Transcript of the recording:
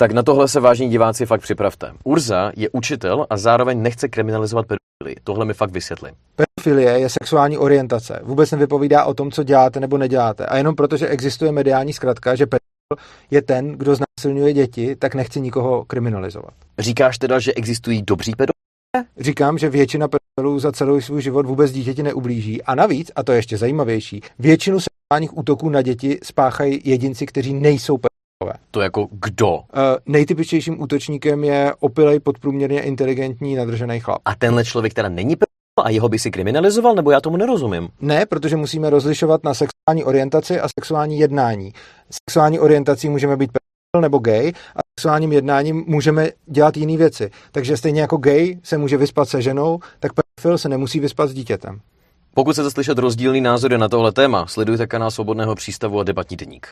Tak na tohle se, vážní diváci, fakt připravte. Urza je učitel a zároveň nechce kriminalizovat pedofilii. Tohle mi fakt vysvětli. Pedofilie je sexuální orientace. Vůbec nevypovídá o tom, co děláte nebo neděláte. A jenom protože existuje mediální zkratka, že pedofil je ten, kdo znásilňuje děti, tak nechci nikoho kriminalizovat. Říkáš teda, že existují dobří pedofilé? Říkám, že většina pedofilů za celý svůj život vůbec dítěti neublíží. A navíc, a to je ještě zajímavější, většinu sexuálních útoků na děti spáchají jedinci, kteří nejsou pedofilové. To jako kdo? Nejtypičtějším útočníkem je opilej, podprůměrně inteligentní, nadržený chlap. A tenhle člověk teda není pedofil a jeho by si kriminalizoval, nebo já tomu nerozumím? Ne, protože musíme rozlišovat na sexuální orientaci a sexuální jednání. Sexuální orientací můžeme být pedofil nebo gay a sexuálním jednáním můžeme dělat jiné věci. Takže stejně jako gay se může vyspat se ženou, tak pedofil se nemusí vyspat s dítětem. Pokud chcete slyšet rozdílný názory na tohle téma, sledujte kanál Svobodného přístavu a Debatní deník.